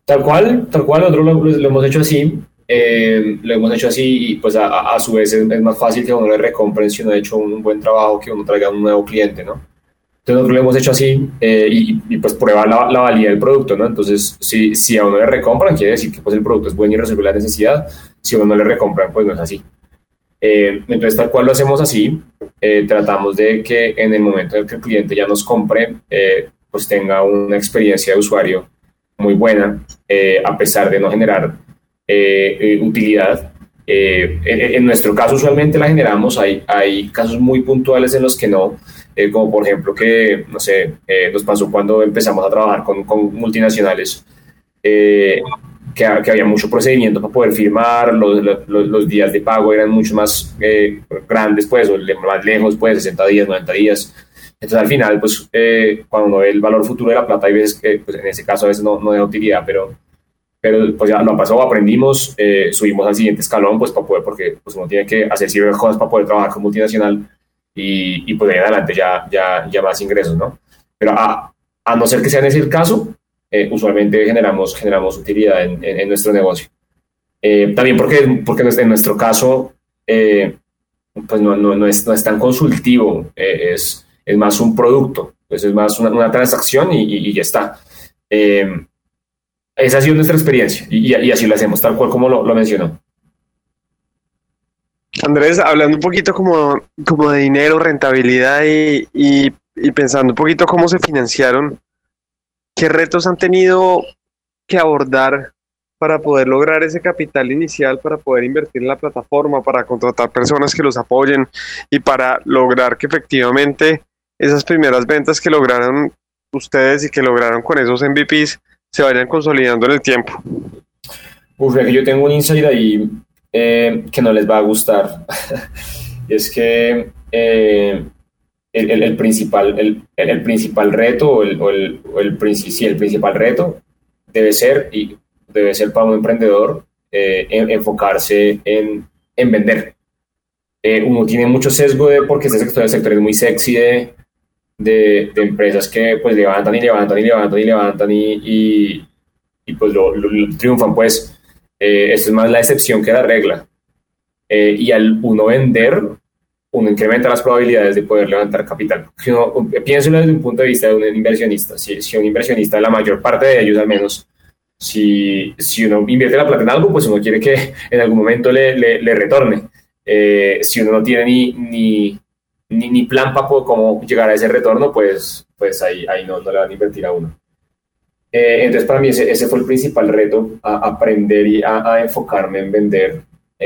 Tal cual, nosotros lo hemos hecho así. Lo hemos hecho así y pues a su vez es más fácil que a uno le recompren si uno ha hecho un buen trabajo que uno traiga un nuevo cliente, ¿no? Entonces nosotros lo hemos hecho así y pues prueba la validez del producto, ¿no? Entonces si a uno le recompran, quiere decir que pues el producto es bueno y resuelve la necesidad. Si a uno no le recompran, pues no es así. Entonces tal cual lo hacemos así. Tratamos de que en el momento en que el cliente ya nos compre, pues tenga una experiencia de usuario muy buena, a pesar de no generar utilidad. En nuestro caso usualmente la generamos, hay casos muy puntuales en los que no, como por ejemplo que, no sé, nos pasó cuando empezamos a trabajar con multinacionales, que había mucho procedimiento para poder firmar, los días de pago eran mucho más grandes, pues, o más lejos, pues, 60 días, 90 días. Entonces al final, pues, cuando uno ve el valor futuro de la plata, hay veces que, pues, en ese caso a veces no da utilidad, pero pues ya lo pasó, aprendimos, subimos al siguiente escalón, pues para poder, porque pues uno tiene que hacer ciertas cosas para poder trabajar con multinacional y pues de ahí en adelante ya más ingresos, ¿no? Pero a no ser que sea en ese el caso, usualmente generamos utilidad en nuestro negocio. También porque en nuestro caso, pues no es tan consultivo, es más un producto, pues es más una transacción y ya está. Esa ha sido nuestra experiencia y así lo hacemos, tal cual como lo mencionó. Andrés, hablando un poquito como de dinero, rentabilidad y pensando un poquito cómo se financiaron, ¿qué retos han tenido que abordar para poder lograr ese capital inicial, para poder invertir en la plataforma, para contratar personas que los apoyen y para lograr que efectivamente esas primeras ventas que lograron ustedes y que lograron con esos MVPs se vayan consolidando en el tiempo? Uf, es que yo tengo un insight ahí que no les va a gustar. Y es que el principal reto el principal reto debe ser para un emprendedor enfocarse en vender. Uno tiene mucho sesgo porque este sector es muy sexy de empresas que pues levantan y pues lo triunfan, pues. Esto es más la excepción que la regla. Y al uno vender, uno incrementa las probabilidades de poder levantar capital. Piénselo desde un punto de vista de un inversionista. Si un inversionista, la mayor parte de ellos al menos, si uno invierte la plata en algo, pues uno quiere que en algún momento le retorne. Si uno no tiene ni plan para cómo llegar a ese retorno, pues ahí no le van a invertir a uno. Entonces para mí ese fue el principal reto, a aprender y a enfocarme en vender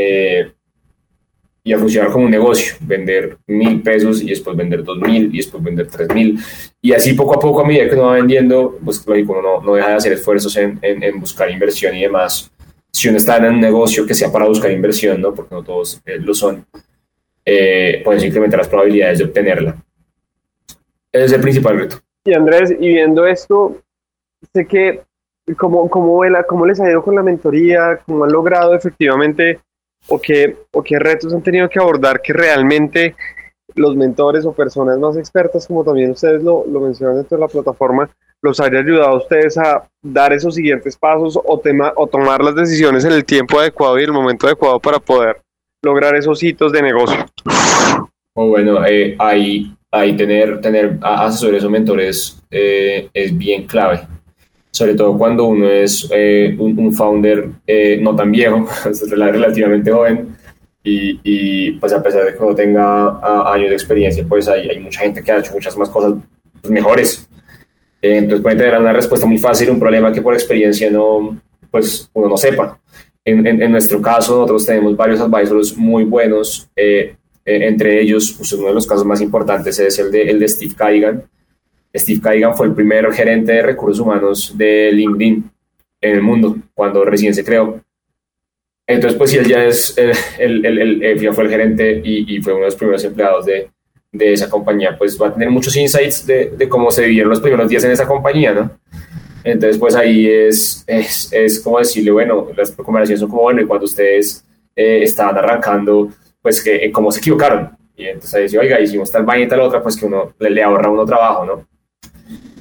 y a funcionar como un negocio, vender 1,000 pesos y después vender 2,000 y después vender 3,000 y así poco a poco, a medida que uno va vendiendo, pues lógico, uno no deja de hacer esfuerzos en buscar inversión y demás. Si uno está en un negocio que sea para buscar inversión, ¿no? Porque no todos lo son, puedes incrementar las probabilidades de obtenerla. Ese es el principal reto. Y Andrés, y viendo esto, sé que cómo les ha ido con la mentoría, cómo han logrado efectivamente o qué retos han tenido que abordar que realmente los mentores o personas más expertas, como también ustedes lo mencionan dentro de la plataforma, los haya ayudado a ustedes a dar esos siguientes pasos o tomar las decisiones en el tiempo adecuado y el momento adecuado para poder lograr esos hitos de negocio. Bueno, ahí tener asesores o mentores es bien clave, sobre todo cuando uno es un founder no tan viejo, es relativamente joven y pues a pesar de que no tenga años de experiencia, pues hay mucha gente que ha hecho muchas más cosas pues, mejores. Entonces pueden tener una respuesta muy fácil, un problema que por experiencia uno no sepa. En nuestro caso, nosotros tenemos varios advisors muy buenos, entre ellos, pues, uno de los casos más importantes es el de Steve Cadigan. Steve Cadigan fue el primer gerente de recursos humanos de LinkedIn en el mundo, cuando recién se creó. Entonces, pues si él ya ya fue el gerente y fue uno de los primeros empleados de esa compañía, pues va a tener muchos insights de cómo se vivieron los primeros días en esa compañía, ¿no? Entonces, pues ahí es como decirle, bueno, las conversaciones son como, bueno, y cuando ustedes estaban arrancando, pues que cómo se equivocaron. Y entonces ahí dice, oiga, hicimos tal vaina y tal otra, pues que uno le ahorra a uno trabajo, ¿no?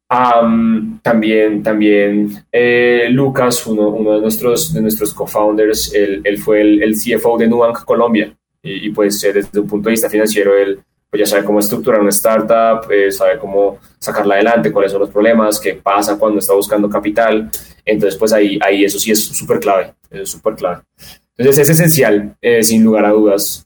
También Lucas, uno de nuestros co-founders, él fue el CFO de Nubank Colombia y pues desde un punto de vista financiero él pues ya sabe cómo estructurar una startup, sabe cómo sacarla adelante, cuáles son los problemas, qué pasa cuando está buscando capital. Entonces pues ahí eso sí es súper clave, eso es súper clave. Entonces es esencial, sin lugar a dudas.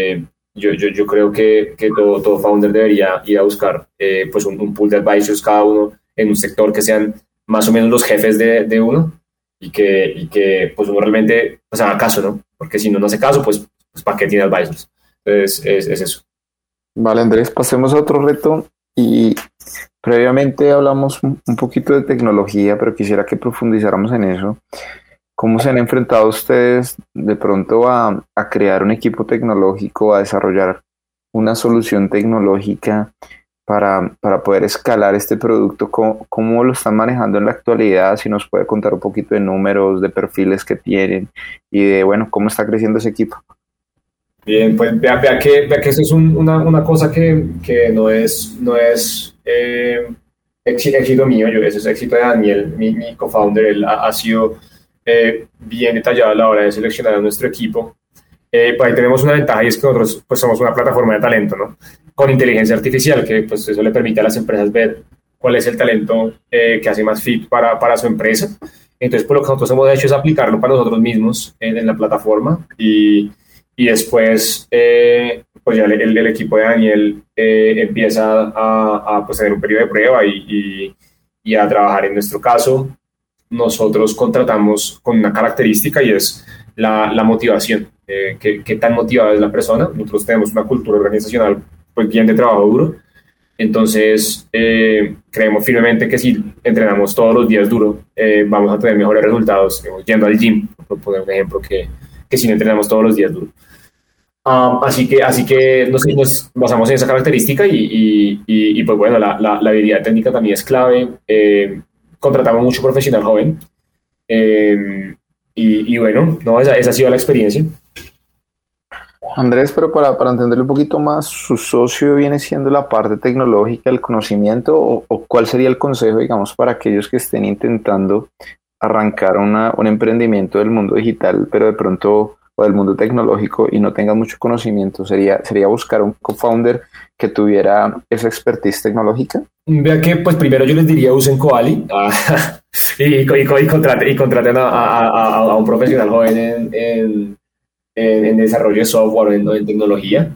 Yo creo que todo founder debería ir a buscar pues un pool de advisors cada uno en un sector que sean más o menos los jefes de uno y que pues uno realmente pues haga caso, ¿no? Porque si no hace caso, pues ¿para qué tiene advisors? Entonces es eso. Vale, Andrés, pasemos a otro reto y previamente hablamos un poquito de tecnología, pero quisiera que profundizáramos en eso. ¿Cómo se han enfrentado ustedes de pronto a crear un equipo tecnológico, a desarrollar una solución tecnológica para poder escalar este producto? ¿Cómo lo están manejando en la actualidad? Si nos puede contar un poquito de números, de perfiles que tienen y de, bueno, cómo está creciendo ese equipo. Bien, pues vea que eso es una cosa que no es éxito mío, eso es éxito de Daniel, mi co-founder. Él ha sido bien detallado a la hora de seleccionar a nuestro equipo. Pues ahí tenemos una ventaja y es que nosotros pues somos una plataforma de talento, ¿no? Con inteligencia artificial, que pues eso le permite a las empresas ver cuál es el talento que hace más fit para su empresa. Entonces, pues lo que nosotros hemos hecho es aplicarlo para nosotros mismos en la plataforma y después, pues ya el equipo de Daniel empieza a pues, tener un periodo de prueba y a trabajar. En nuestro caso, nosotros contratamos con una característica y es la motivación. ¿Qué tan motivada es la persona? Nosotros tenemos una cultura organizacional pues bien de trabajo duro. Entonces, creemos firmemente que si entrenamos todos los días duro, vamos a tener mejores resultados yendo al gym, por poner un ejemplo, que si no entrenamos todos los días duro. Así que nos basamos en esa característica y pues bueno, la habilidad técnica también es clave. Contratamos mucho profesional joven y bueno, no, esa ha sido la experiencia. Andrés, pero para entenderlo un poquito más, ¿su socio viene siendo la parte tecnológica, el conocimiento o cuál sería el consejo, digamos, para aquellos que estén intentando arrancar un emprendimiento del mundo digital, pero de pronto o del mundo tecnológico y no tengan mucho conocimiento? ¿Sería buscar un co-founder que tuviera esa expertise tecnológica? Vea que pues primero yo les diría usen Coali y contraten a un profesional joven en desarrollo de software, en tecnología.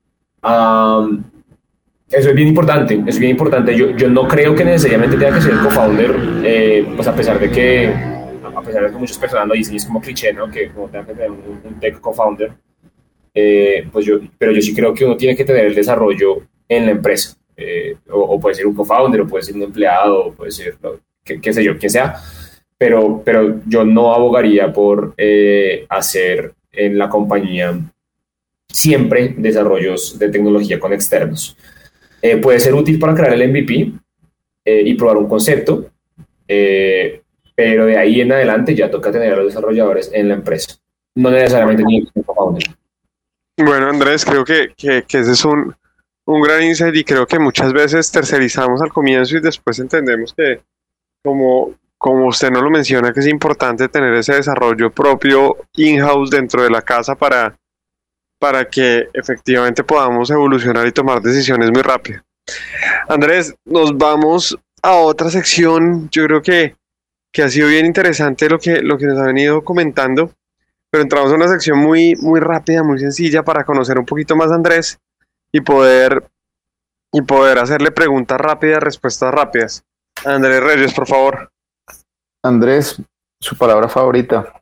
Eso es bien importante, es bien importante. Yo no creo que necesariamente tenga que ser el co-founder, pues a pesar de que muchas personas lo dicen y es como cliché, ¿no? Que como tenga que tener un tech co-founder, pero yo sí creo que uno tiene que tener el desarrollo en la empresa, o puede ser un co-founder, o puede ser un empleado, o puede ser, qué sé yo, quien sea, pero yo no abogaría por hacer en la compañía siempre desarrollos de tecnología con externos. Puede ser útil para crear el MVP y probar un concepto, pero de ahí en adelante ya toca tener a los desarrolladores en la empresa. No necesariamente tiene que ser co-founder. Bueno, Andrés, creo que ese es un gran insight y creo que muchas veces tercerizamos al comienzo y después entendemos que, como usted nos lo menciona, que es importante tener ese desarrollo propio in-house dentro de la casa para que efectivamente podamos evolucionar y tomar decisiones muy rápido. Andrés, nos vamos a otra sección. Yo creo que ha sido bien interesante lo que nos ha venido comentando, pero entramos a una sección muy, muy rápida, muy sencilla para conocer un poquito más a Andrés y poder hacerle preguntas rápidas, respuestas rápidas. Andrés Reyes, por favor. Andrés, su palabra favorita.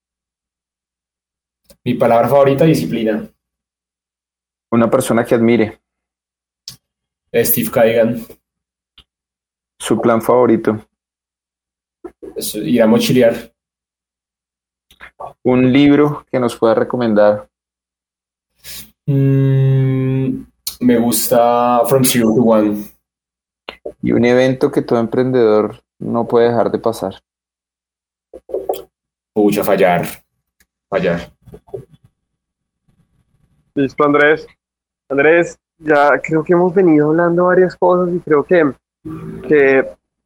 Mi palabra favorita, disciplina. Una persona que admire. Steve Cadigan. Su plan favorito. Ir a mochilear. Un libro que nos pueda recomendar. Me gusta From Zero to One. Y un evento que todo emprendedor no puede dejar de pasar. Pucha, fallar. Listo, Andrés. Andrés, ya creo que hemos venido hablando varias cosas y creo que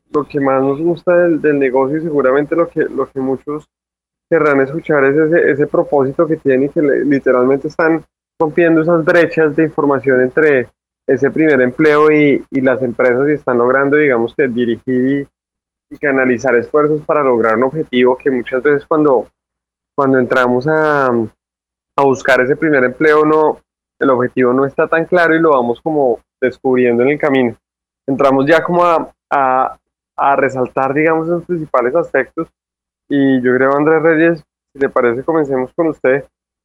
lo que más nos gusta del negocio y seguramente lo que muchos querrán escuchar es ese propósito que tienen y que literalmente están rompiendo esas brechas de información entre ese primer empleo y las empresas y están logrando, digamos, que dirigir y canalizar esfuerzos para lograr un objetivo que muchas veces cuando entramos a buscar ese primer empleo, no, el objetivo no está tan claro y lo vamos como descubriendo en el camino. Entramos ya como a resaltar, digamos, los principales aspectos y yo creo, Andrés Reyes, si le parece, comencemos con usted.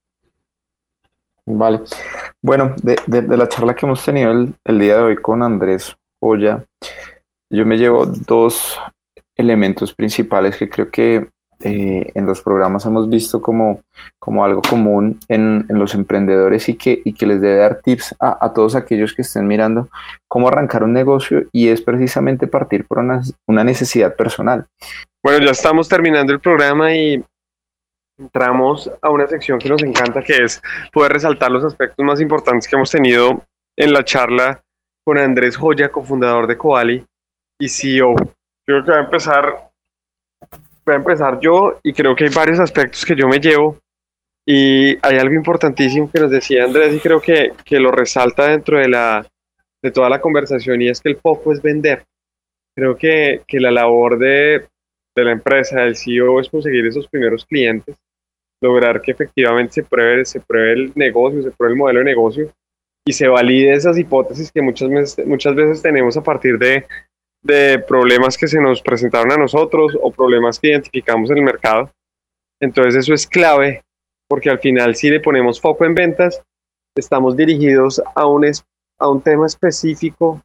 Vale. Bueno, de la charla que hemos tenido el día de hoy con Andrés Joya, yo me llevo dos elementos principales que creo que en los programas hemos visto como algo común en los emprendedores y que les debe dar tips a todos aquellos que estén mirando cómo arrancar un negocio, y es precisamente partir por una necesidad personal. Bueno, ya estamos terminando el programa y entramos a una sección que nos encanta, que es poder resaltar los aspectos más importantes que hemos tenido en la charla con Andrés Joya, cofundador de Coali y CEO. Yo creo que voy a empezar yo y creo que hay varios aspectos que yo me llevo y hay algo importantísimo que nos decía Andrés y creo que lo resalta dentro de toda la conversación, y es que el foco es vender. Creo que la labor de la empresa, del CEO, es conseguir esos primeros clientes, lograr que efectivamente se pruebe el negocio, se pruebe el modelo de negocio y se valide esas hipótesis que muchas veces tenemos a partir de problemas que se nos presentaron a nosotros o problemas que identificamos en el mercado. Entonces eso es clave, porque al final, si le ponemos foco en ventas, estamos dirigidos a un tema específico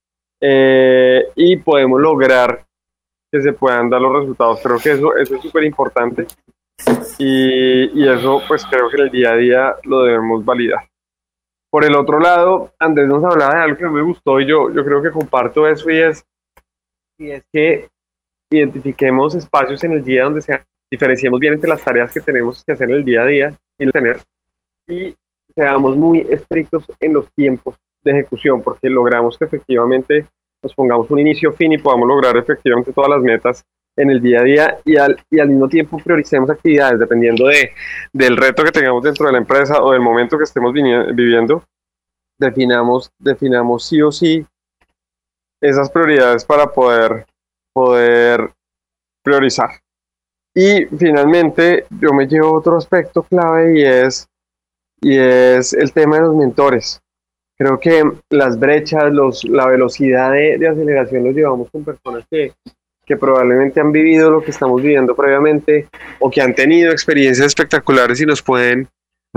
y podemos lograr que se puedan dar los resultados. Creo que eso es súper importante y eso pues creo que en el día a día lo debemos validar. Por el otro lado, Andrés nos hablaba de algo que me gustó y yo creo que comparto eso, y es que identifiquemos espacios en el día donde diferenciemos bien entre las tareas que tenemos que hacer en el día a día y seamos muy estrictos en los tiempos de ejecución, porque logramos que efectivamente nos pongamos un inicio, fin y podamos lograr efectivamente todas las metas en el día a día y al mismo tiempo prioricemos actividades dependiendo del reto que tengamos dentro de la empresa o del momento que estemos viviendo. Definamos sí o sí esas prioridades para poder priorizar. Y finalmente yo me llevo otro aspecto clave y es el tema de los mentores. Creo que las brechas, la velocidad de aceleración los llevamos con personas que probablemente han vivido lo que estamos viviendo previamente o que han tenido experiencias espectaculares y nos pueden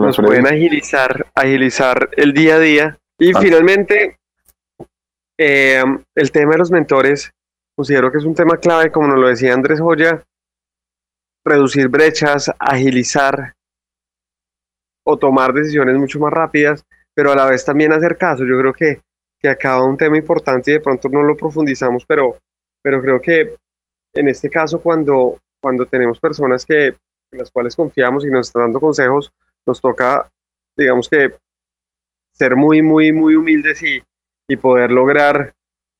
agilizar el día a día. Y finalmente, el tema de los mentores, considero que es un tema clave, como nos lo decía Andrés Joya, reducir brechas, agilizar o tomar decisiones mucho más rápidas, pero a la vez también hacer caso. Yo creo que acaba un tema importante y de pronto no lo profundizamos, pero creo que en este caso cuando tenemos personas en las cuales confiamos y nos están dando consejos, nos toca, digamos que, ser muy, muy, muy humildes y poder lograr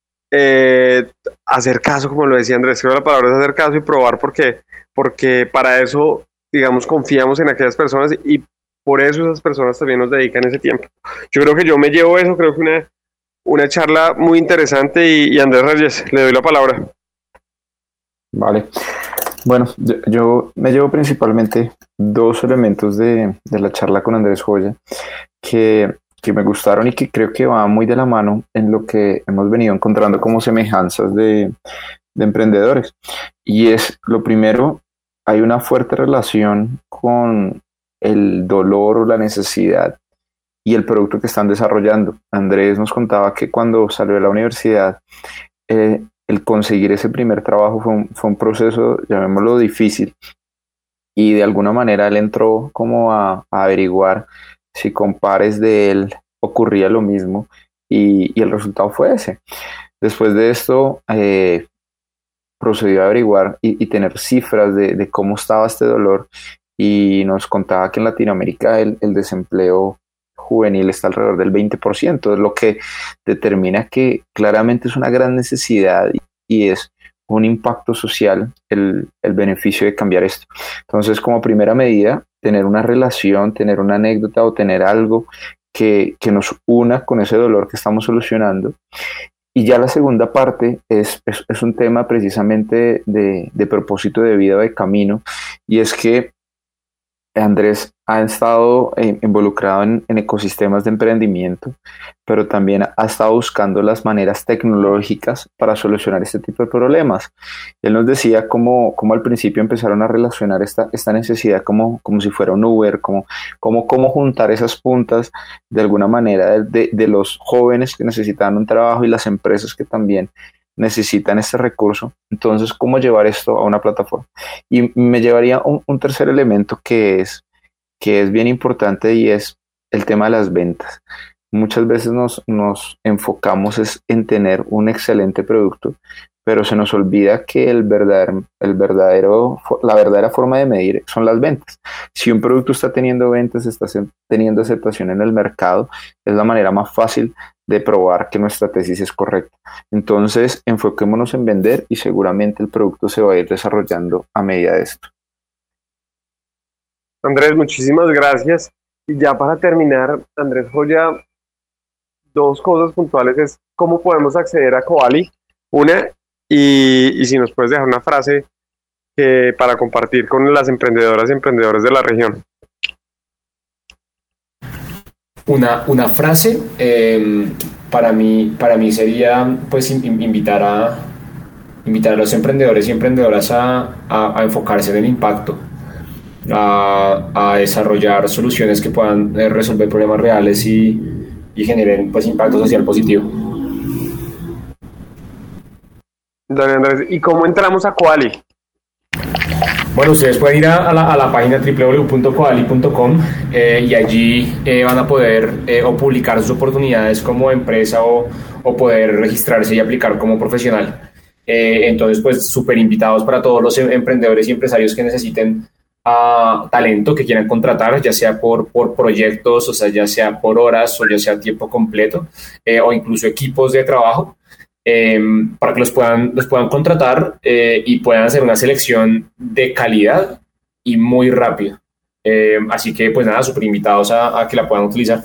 hacer caso, como lo decía Andrés. Creo que la palabra es hacer caso y probar, porque para eso, digamos, confiamos en aquellas personas y por eso esas personas también nos dedican ese tiempo. Yo creo que yo me llevo eso, creo que una charla muy interesante y Andrés Reyes, le doy la palabra. Vale. Bueno, yo me llevo principalmente dos elementos de la charla con Andrés Joya que me gustaron y que creo que va muy de la mano en lo que hemos venido encontrando como semejanzas de emprendedores. Y es, lo primero, hay una fuerte relación con el dolor o la necesidad y el producto que están desarrollando. Andrés nos contaba que cuando salió de la universidad, el conseguir ese primer trabajo fue un proceso, llamémoslo, difícil, y de alguna manera él entró como a averiguar si con pares de él ocurría lo mismo, y el resultado fue ese. Después de esto, procedió a averiguar y tener cifras de cómo estaba este dolor, y nos contaba que en Latinoamérica el desempleo juvenil está alrededor del 20%, es lo que determina que claramente es una gran necesidad y es un impacto social el beneficio de cambiar esto. Entonces, como primera medida, tener una relación, tener una anécdota o tener algo que nos una con ese dolor que estamos solucionando. Y ya la segunda parte es un tema precisamente de propósito de vida o de camino, y es que Andrés ha estado involucrado en ecosistemas de emprendimiento, pero también ha estado buscando las maneras tecnológicas para solucionar este tipo de problemas. Él nos decía cómo al principio empezaron a relacionar esta necesidad como si fuera un Uber, cómo juntar esas puntas de alguna manera de los jóvenes que necesitaban un trabajo y las empresas que también necesitan este recurso. Entonces, ¿cómo llevar esto a una plataforma? Y me llevaría un tercer elemento que es bien importante, y es el tema de las ventas. Muchas veces nos enfocamos en tener un excelente producto, pero se nos olvida que la verdadera forma de medir son las ventas. Si un producto está teniendo ventas, está teniendo aceptación en el mercado, es la manera más fácil de probar que nuestra tesis es correcta. Entonces, enfoquémonos en vender y seguramente el producto se va a ir desarrollando a medida de esto. Andrés, muchísimas gracias. Y ya para terminar, Andrés Joya, dos cosas puntuales es cómo podemos acceder a Coali, una, y si nos puedes dejar una frase para compartir con las emprendedoras y emprendedores de la región. Una frase para mí sería pues invitar a los emprendedores y emprendedoras a enfocarse en el impacto, a desarrollar soluciones que puedan resolver problemas reales y generen pues impacto social positivo. Dale, Andrés, ¿y cómo entramos a Coali? Bueno, ustedes pueden ir a la página www.coali.com y allí van a poder o publicar sus oportunidades como empresa o poder registrarse y aplicar como profesional. Entonces, pues súper invitados para todos los emprendedores y empresarios que necesiten talento, que quieran contratar, ya sea por proyectos, o sea, ya sea por horas o ya sea a tiempo completo, o incluso equipos de trabajo. Para que los puedan contratar y puedan hacer una selección de calidad y muy rápida. Así que, pues nada, súper invitados a que la puedan utilizar.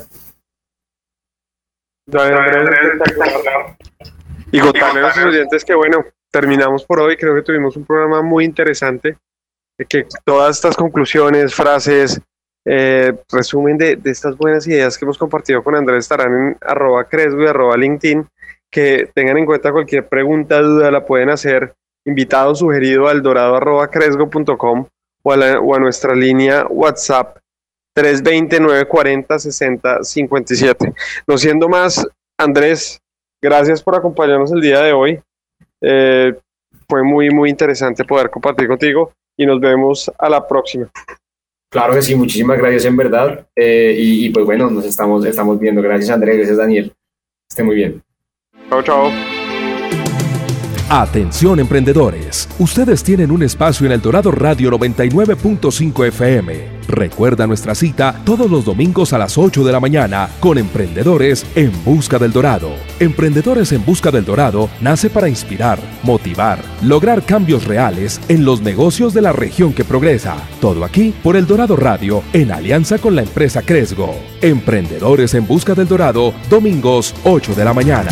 Y contarle a nuestros oyentes que, bueno, terminamos por hoy. Creo que tuvimos un programa muy interesante, que todas estas conclusiones, frases, resumen de estas buenas ideas que hemos compartido con Andrés estarán en @Cresgo y @LinkedIn. Que tengan en cuenta cualquier pregunta, duda, la pueden hacer invitado sugerido al dorado@cresgo.com o a nuestra línea WhatsApp 320-940-6057. No siendo más, Andrés, gracias por acompañarnos el día de hoy. Fue muy, muy interesante poder compartir contigo y nos vemos a la próxima. Claro que sí, muchísimas gracias en verdad. Y pues bueno, nos estamos viendo. Gracias, Andrés, gracias, Daniel. Esté muy bien. Chao, chao. Atención, emprendedores. Ustedes tienen un espacio en El Dorado Radio 99.5 FM. Recuerda nuestra cita todos los domingos a las 8 de la mañana con Emprendedores en Busca del Dorado. Emprendedores en Busca del Dorado nace para inspirar, motivar, lograr cambios reales en los negocios de la región que progresa. Todo aquí por El Dorado Radio en alianza con la empresa Cresgo. Emprendedores en Busca del Dorado, domingos 8 de la mañana.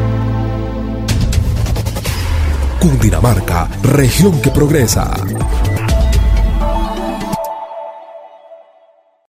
Cundinamarca, región que progresa.